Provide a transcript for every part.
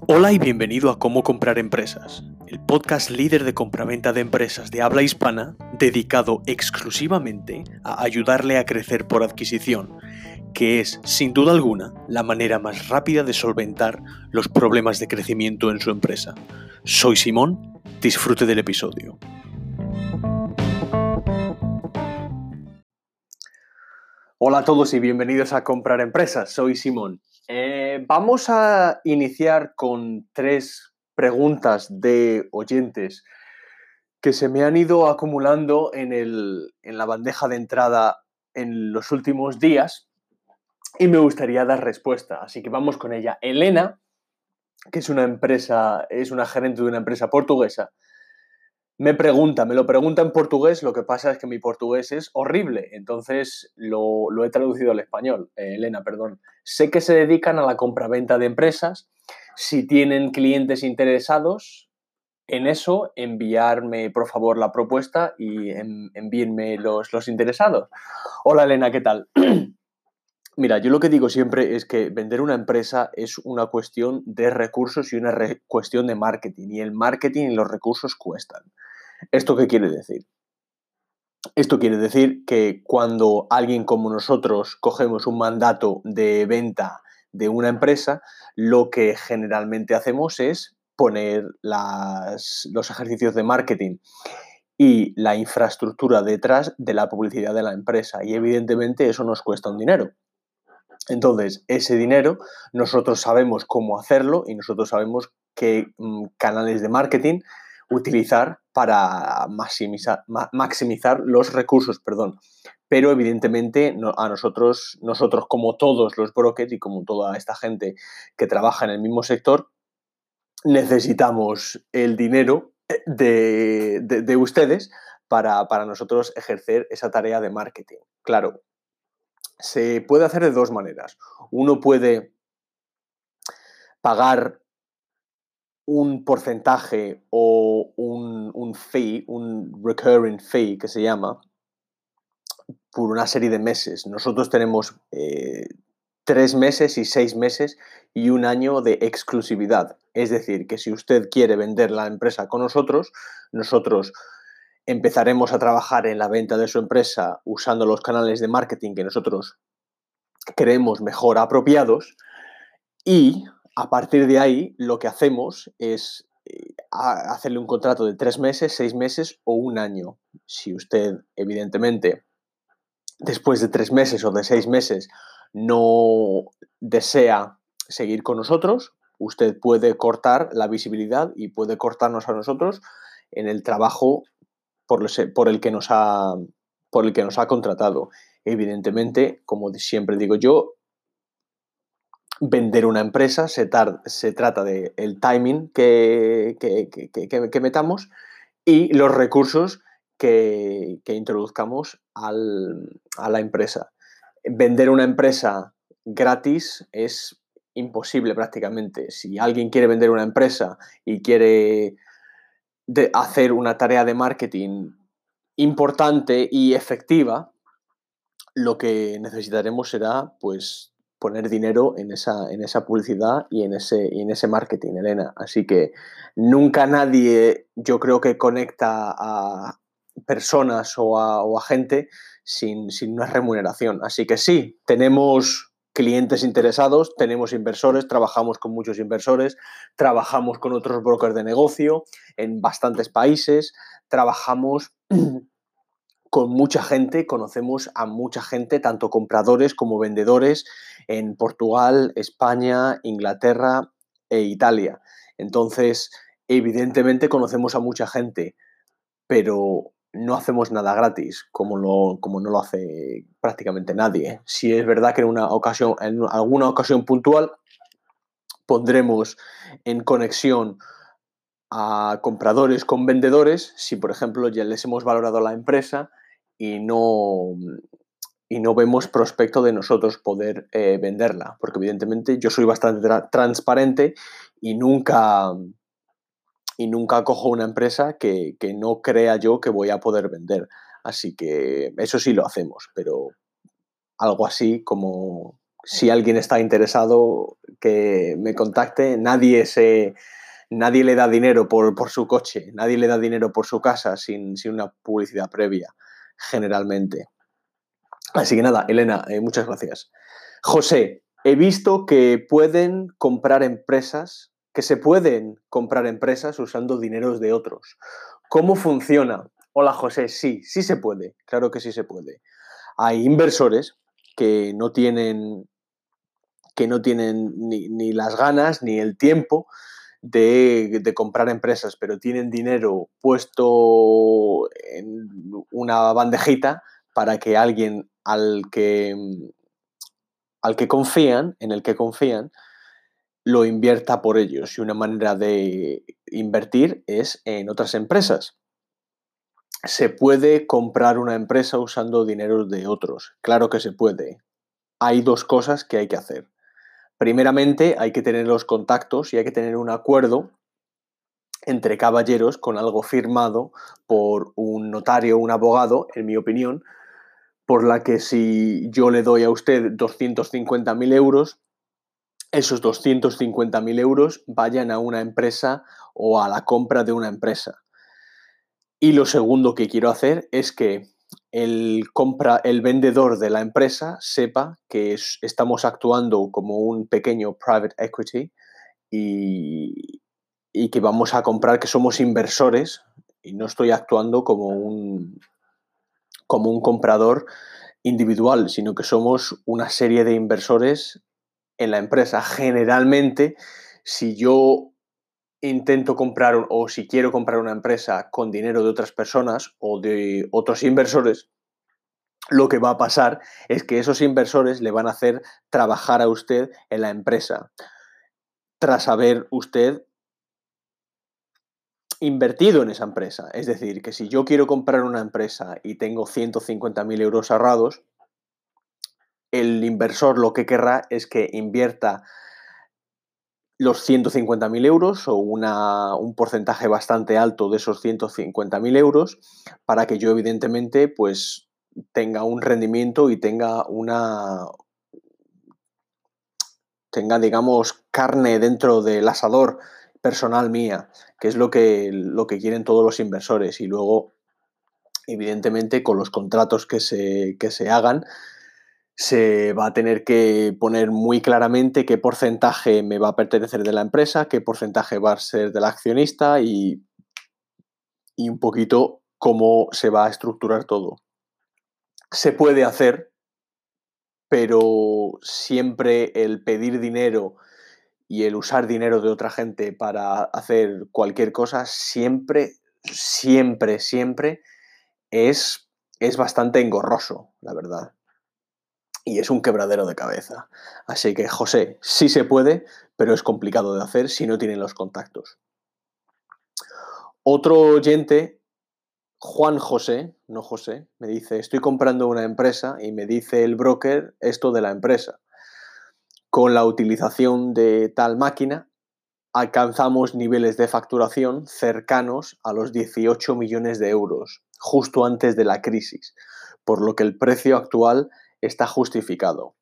Hola y bienvenido a Cómo comprar empresas, el podcast líder de compraventa de empresas de habla hispana dedicado exclusivamente a ayudarle a crecer por adquisición, que es, sin duda alguna, la manera más rápida de solventar los problemas de crecimiento en su empresa. Soy Simón, disfrute del episodio. Hola a todos y bienvenidos a Comprar Empresas, soy Simón. Vamos a iniciar con 3 preguntas de oyentes que se me han ido acumulando en la bandeja de entrada en los últimos días y me gustaría dar respuesta, así que vamos con ella. Elena, que es una gerente de una empresa portuguesa, me lo pregunta en portugués, lo que pasa es que mi portugués es horrible, entonces lo he traducido al español. Elena, perdón. Sé que se dedican a la compraventa de empresas. Si tienen clientes interesados en eso, enviarme, por favor, la propuesta y envíenme los interesados. Hola, Elena, ¿qué tal? Mira, yo lo que digo siempre es que vender una empresa es una cuestión de recursos y una cuestión de marketing, y el marketing y los recursos cuestan. ¿Esto qué quiere decir? Esto quiere decir que cuando alguien como nosotros cogemos un mandato de venta de una empresa, lo que generalmente hacemos es poner los ejercicios de marketing y la infraestructura detrás de la publicidad de la empresa. Y evidentemente eso nos cuesta un dinero. Entonces, ese dinero nosotros sabemos cómo hacerlo y nosotros sabemos qué canales de marketing utilizar para maximizar los recursos, perdón. Pero evidentemente a nosotros como todos los brokers y como toda esta gente que trabaja en el mismo sector, necesitamos el dinero de ustedes para nosotros ejercer esa tarea de marketing. Claro, se puede hacer de 2 maneras. Uno puede pagar un porcentaje o un fee, un recurring fee que se llama, por una serie de meses. Nosotros tenemos 3 meses y 6 meses y 1 año de exclusividad. Es decir, que si usted quiere vender la empresa con nosotros empezaremos a trabajar en la venta de su empresa usando los canales de marketing que nosotros creemos mejor apropiados, y a partir de ahí lo que hacemos es hacerle un contrato de 3 meses, 6 meses o 1 año. Si usted, evidentemente, después de 3 meses o de 6 meses no desea seguir con nosotros, usted puede cortar la visibilidad y puede cortarnos a nosotros en el trabajo por el que nos ha contratado. Evidentemente, como siempre digo yo, vender una empresa se trata del timing que metamos y los recursos que introduzcamos a la empresa. Vender una empresa gratis es imposible prácticamente. Si alguien quiere vender una empresa y quiere hacer una tarea de marketing importante y efectiva, lo que necesitaremos será, pues, poner dinero en esa publicidad y en ese marketing, Elena. Así que nunca nadie, yo creo, que conecta a personas o a gente sin una remuneración. Así que sí, tenemos clientes interesados, tenemos inversores, trabajamos con muchos inversores, trabajamos con otros brokers de negocio en bastantes países, trabajamos con mucha gente, conocemos a mucha gente, tanto compradores como vendedores, en Portugal, España, Inglaterra e Italia. Entonces, evidentemente conocemos a mucha gente, pero no hacemos nada gratis, como no lo hace prácticamente nadie. Si es verdad que en alguna ocasión puntual, pondremos en conexión a compradores con vendedores, si por ejemplo ya les hemos valorado la empresa y no, y no vemos prospecto de nosotros poder venderla, porque evidentemente yo soy bastante transparente y nunca cojo una empresa que no crea yo que voy a poder vender. Así que eso sí lo hacemos, pero algo así si alguien está interesado, que me contacte. Nadie le da dinero por su coche, nadie le da dinero por su casa sin una publicidad previa, generalmente. Así que nada, Elena, muchas gracias. José, he visto que se pueden comprar empresas usando dineros de otros. ¿Cómo funciona? Hola, José, sí se puede, claro que sí se puede. Hay inversores que no tienen ni las ganas ni el tiempo de comprar empresas, pero tienen dinero puesto en una bandejita para que alguien en el que confían, lo invierta por ellos. Y una manera de invertir es en otras empresas. ¿Se puede comprar una empresa usando dinero de otros? Claro que se puede. Hay dos cosas que hay que hacer. Primeramente, hay que tener los contactos y hay que tener un acuerdo entre caballeros con algo firmado por un notario o un abogado, en mi opinión, por la que si yo le doy a usted 250.000 euros, esos 250.000 euros vayan a una empresa o a la compra de una empresa. Y lo segundo que quiero hacer es que el vendedor de la empresa sepa que estamos actuando como un pequeño private equity y que vamos a comprar, que somos inversores y no estoy actuando como un comprador individual, sino que somos una serie de inversores en la empresa. Generalmente, si yo intento comprar o si quiero comprar una empresa con dinero de otras personas o de otros inversores, lo que va a pasar es que esos inversores le van a hacer trabajar a usted en la empresa, tras haber usted invertido en esa empresa. Es decir, que si yo quiero comprar una empresa y tengo 150.000 euros ahorrados, el inversor lo que querrá es que invierta los 150.000 euros o un porcentaje bastante alto de esos 150.000 euros para que yo, evidentemente, pues tenga un rendimiento y digamos, carne dentro del asador personal mía, que es lo que quieren todos los inversores. Y luego, evidentemente, con los contratos que se hagan, se va a tener que poner muy claramente qué porcentaje me va a pertenecer de la empresa, qué porcentaje va a ser del accionista y un poquito cómo se va a estructurar todo. Se puede hacer, pero siempre el pedir dinero y el usar dinero de otra gente para hacer cualquier cosa, siempre es bastante engorroso, la verdad. Y es un quebradero de cabeza. Así que, José, sí se puede, pero es complicado de hacer si no tienen los contactos. Otro oyente, Juan José, no José, me dice, estoy comprando una empresa y me dice el broker esto de la empresa. Con la utilización de tal máquina, alcanzamos niveles de facturación cercanos a los 18 millones de euros, justo antes de la crisis, por lo que el precio actual está justificado.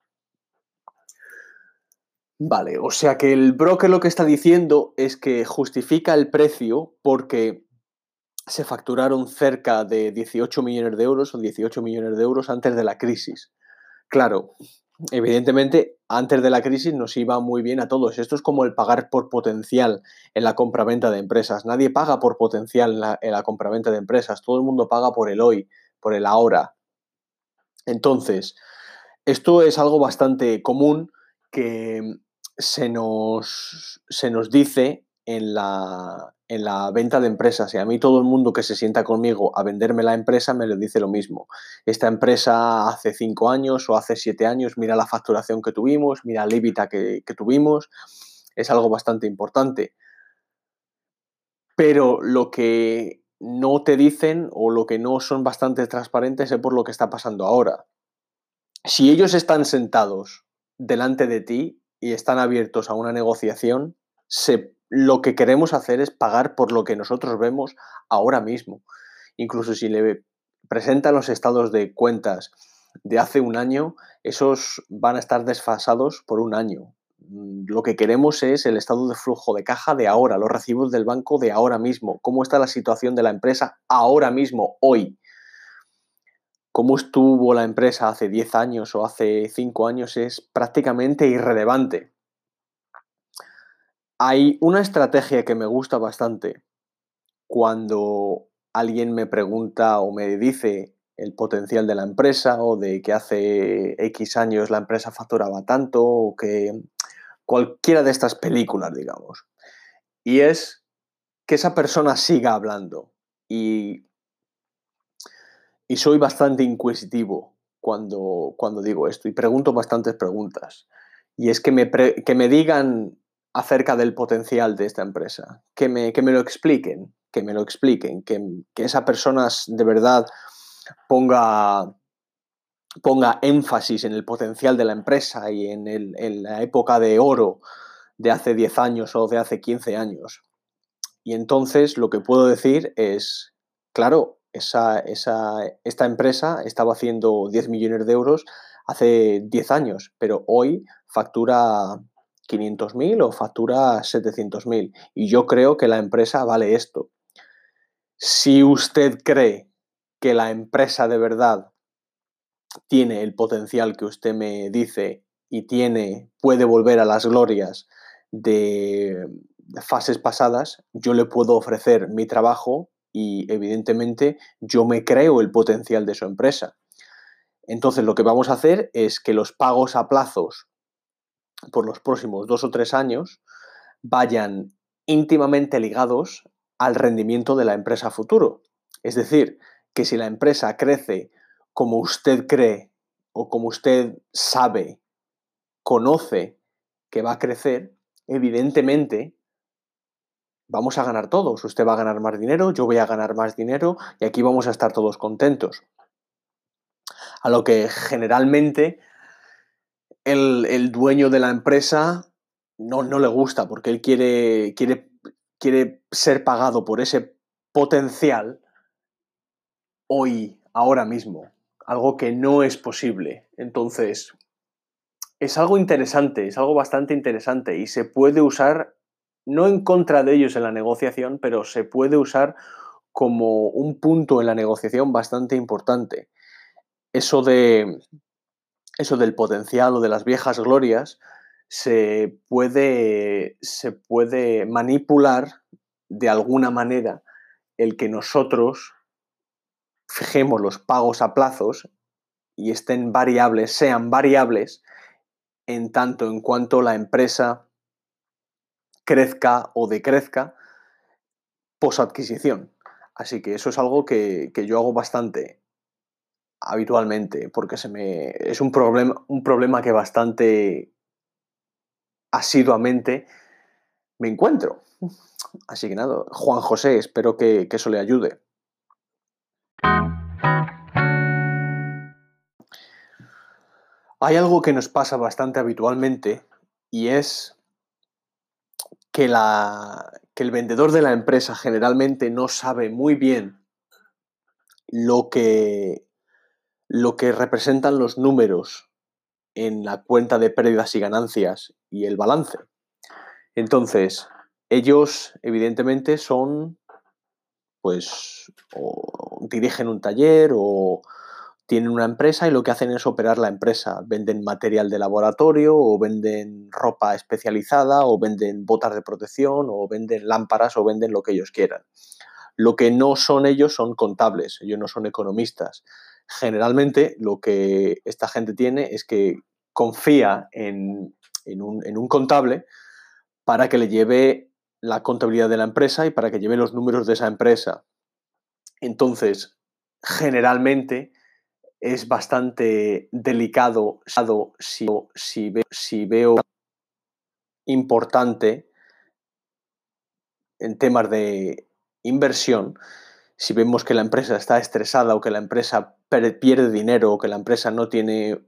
Vale, o sea que el broker lo que está diciendo es que justifica el precio porque se facturaron cerca de 18 millones de euros o 18 millones de euros antes de la crisis. Claro, evidentemente, antes de la crisis nos iba muy bien a todos. Esto es como el pagar por potencial en la compraventa de empresas. Nadie paga por potencial en la compraventa de empresas. Todo el mundo paga por el hoy, por el ahora. Entonces, esto es algo bastante común que se nos dice en la venta de empresas. Y a mí todo el mundo que se sienta conmigo a venderme la empresa me lo dice lo mismo. Esta empresa hace 5 años o hace 7 años, mira la facturación que tuvimos, mira el EBITDA que tuvimos. Es algo bastante importante. Pero lo que no te dicen o lo que no son bastante transparentes es por lo que está pasando ahora. Si ellos están sentados delante de ti y están abiertos a una negociación, lo que queremos hacer es pagar por lo que nosotros vemos ahora mismo. Incluso si le presentan los estados de cuentas de hace un año, esos van a estar desfasados por un año. Lo que queremos es el estado de flujo de caja de ahora, los recibos del banco de ahora mismo, cómo está la situación de la empresa ahora mismo, hoy. Cómo estuvo la empresa hace 10 años o hace 5 años es prácticamente irrelevante. Hay una estrategia que me gusta bastante cuando alguien me pregunta o me dice el potencial de la empresa o de que hace X años la empresa facturaba tanto o que cualquiera de estas películas, digamos. Y es que esa persona siga hablando. Y soy bastante inquisitivo cuando digo esto y pregunto bastantes preguntas. Y es que me digan acerca del potencial de esta empresa, que me lo expliquen, que esa persona de verdad ponga, ponga énfasis en el potencial de la empresa y en la época de oro de hace 10 años o de hace 15 años. Y entonces lo que puedo decir es, claro, esta empresa estaba haciendo 10 millones de euros hace 10 años, pero hoy factura 500.000 o factura 700.000. Y yo creo que la empresa vale esto. Si usted cree que la empresa de verdad tiene el potencial que usted me dice y puede volver a las glorias de fases pasadas, yo le puedo ofrecer mi trabajo y evidentemente yo me creo el potencial de su empresa. Entonces lo que vamos a hacer es que los pagos a plazos por los próximos 2 o 3 años vayan íntimamente ligados al rendimiento de la empresa a futuro. Es decir, que si la empresa crece como usted cree o como usted sabe, conoce que va a crecer, evidentemente vamos a ganar todos. Usted va a ganar más dinero, yo voy a ganar más dinero y aquí vamos a estar todos contentos. A lo que generalmente el dueño de la empresa no le gusta porque él quiere ser pagado por ese potencial hoy, ahora mismo, algo que no es posible. Entonces, es algo interesante, es algo bastante interesante y se puede usar, no en contra de ellos en la negociación, pero se puede usar como un punto en la negociación bastante importante. Eso de eso del potencial o de las viejas glorias se puede manipular de alguna manera el que nosotros fijemos los pagos a plazos y sean variables en tanto en cuanto la empresa crezca o decrezca posadquisición. Así que eso es algo que yo hago bastante habitualmente, porque es un problema que bastante asiduamente me encuentro. Así que nada, Juan José, espero que eso le ayude. Hay algo que nos pasa bastante habitualmente y es que el vendedor de la empresa generalmente no sabe muy bien lo que, lo que representan los números en la cuenta de pérdidas y ganancias y el balance. Entonces, ellos evidentemente pues, o dirigen un taller o tienen una empresa y lo que hacen es operar la empresa. Venden material de laboratorio o venden ropa especializada o venden botas de protección o venden lámparas o venden lo que ellos quieran. Lo que no son ellos son contables, ellos no son economistas. Generalmente lo que esta gente tiene es que confía en un contable para que le lleve la contabilidad de la empresa y para que lleve los números de esa empresa. Entonces, generalmente es bastante delicado si veo importante en temas de inversión, si vemos que la empresa está estresada o que la empresa pierde dinero o que la empresa no tiene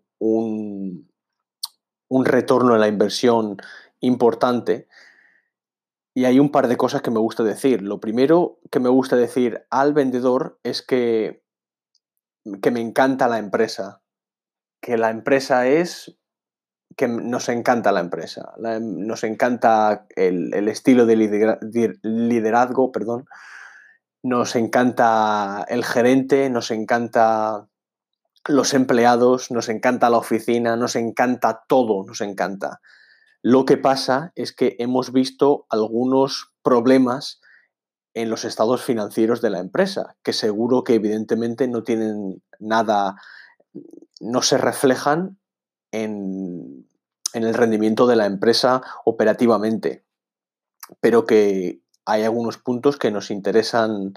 un retorno en la inversión importante. Y hay un par de cosas que me gusta decir. Lo primero que me gusta decir al vendedor es que me encanta la empresa, que la empresa es que nos encanta la empresa, nos encanta el estilo de liderazgo, perdón, nos encanta el gerente, nos encanta los empleados, nos encanta la oficina, nos encanta todo, nos encanta. Lo que pasa es que hemos visto algunos problemas en los estados financieros de la empresa, que seguro que evidentemente no tienen nada, no se reflejan en el rendimiento de la empresa operativamente, pero que hay algunos puntos que nos interesan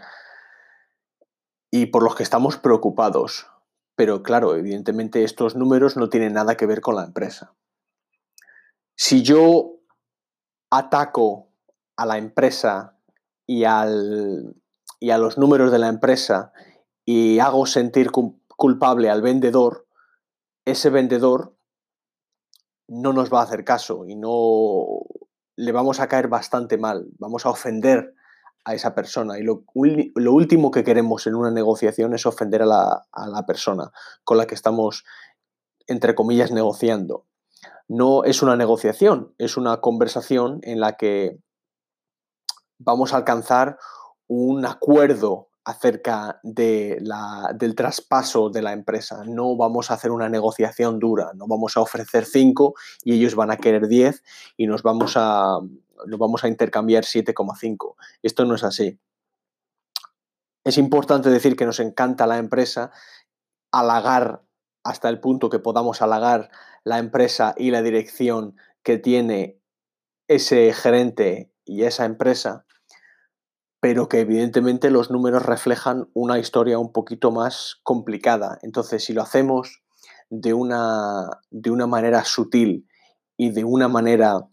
y por los que estamos preocupados. Pero claro, evidentemente estos números no tienen nada que ver con la empresa. Si yo ataco a la empresa y a los números de la empresa y hago sentir culpable al vendedor, ese vendedor no nos va a hacer caso y no le vamos a caer bastante mal, vamos a ofender a esa persona. Y lo último que queremos en una negociación es ofender a la persona con la que estamos, entre comillas, negociando. No es una negociación, es una conversación en la que vamos a alcanzar un acuerdo acerca del traspaso de la empresa. No vamos a hacer una negociación dura, no vamos a ofrecer 5 y ellos van a querer 10 y nos vamos a intercambiar 7,5. Esto no es así. Es importante decir que nos encanta la empresa, halagar hasta el punto que podamos halagar la empresa y la dirección que tiene ese gerente y esa empresa, pero que evidentemente los números reflejan una historia un poquito más complicada. Entonces, si lo hacemos de una manera sutil y de una manera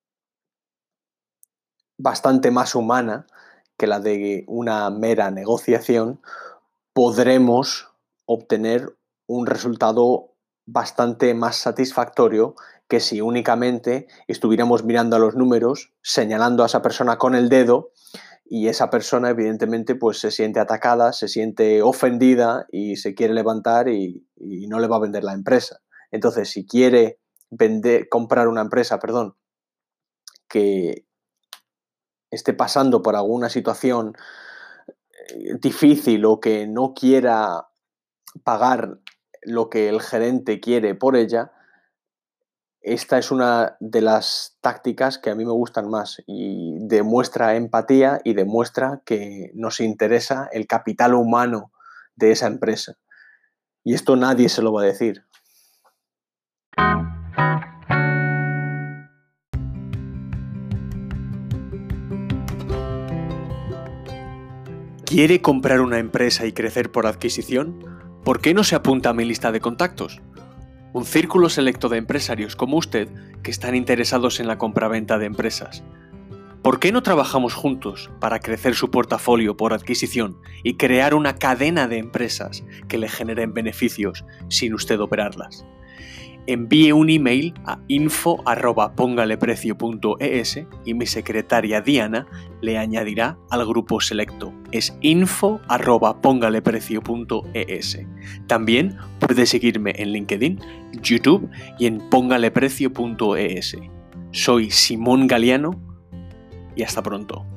bastante más humana que la de una mera negociación, podremos obtener un resultado bastante más satisfactorio que si únicamente estuviéramos mirando a los números, señalando a esa persona con el dedo, y esa persona evidentemente pues se siente atacada, se siente ofendida y se quiere levantar y no le va a vender la empresa. Entonces, si quiere comprar una empresa, que esté pasando por alguna situación difícil o que no quiera pagar lo que el gerente quiere por ella, esta es una de las tácticas que a mí me gustan más y demuestra empatía y demuestra que nos interesa el capital humano de esa empresa. Y esto nadie se lo va a decir. ¿Quiere comprar una empresa y crecer por adquisición? ¿Por qué no se apunta a mi lista de contactos? Un círculo selecto de empresarios como usted que están interesados en la compraventa de empresas. ¿Por qué no trabajamos juntos para crecer su portafolio por adquisición y crear una cadena de empresas que le generen beneficios sin usted operarlas? Envíe un email a info@pongaleprecio.es y mi secretaria Diana le añadirá al grupo selecto. Es info@pongaleprecio.es. También puede seguirme en LinkedIn, YouTube y en pongaleprecio.es. Soy Simón Galiano y hasta pronto.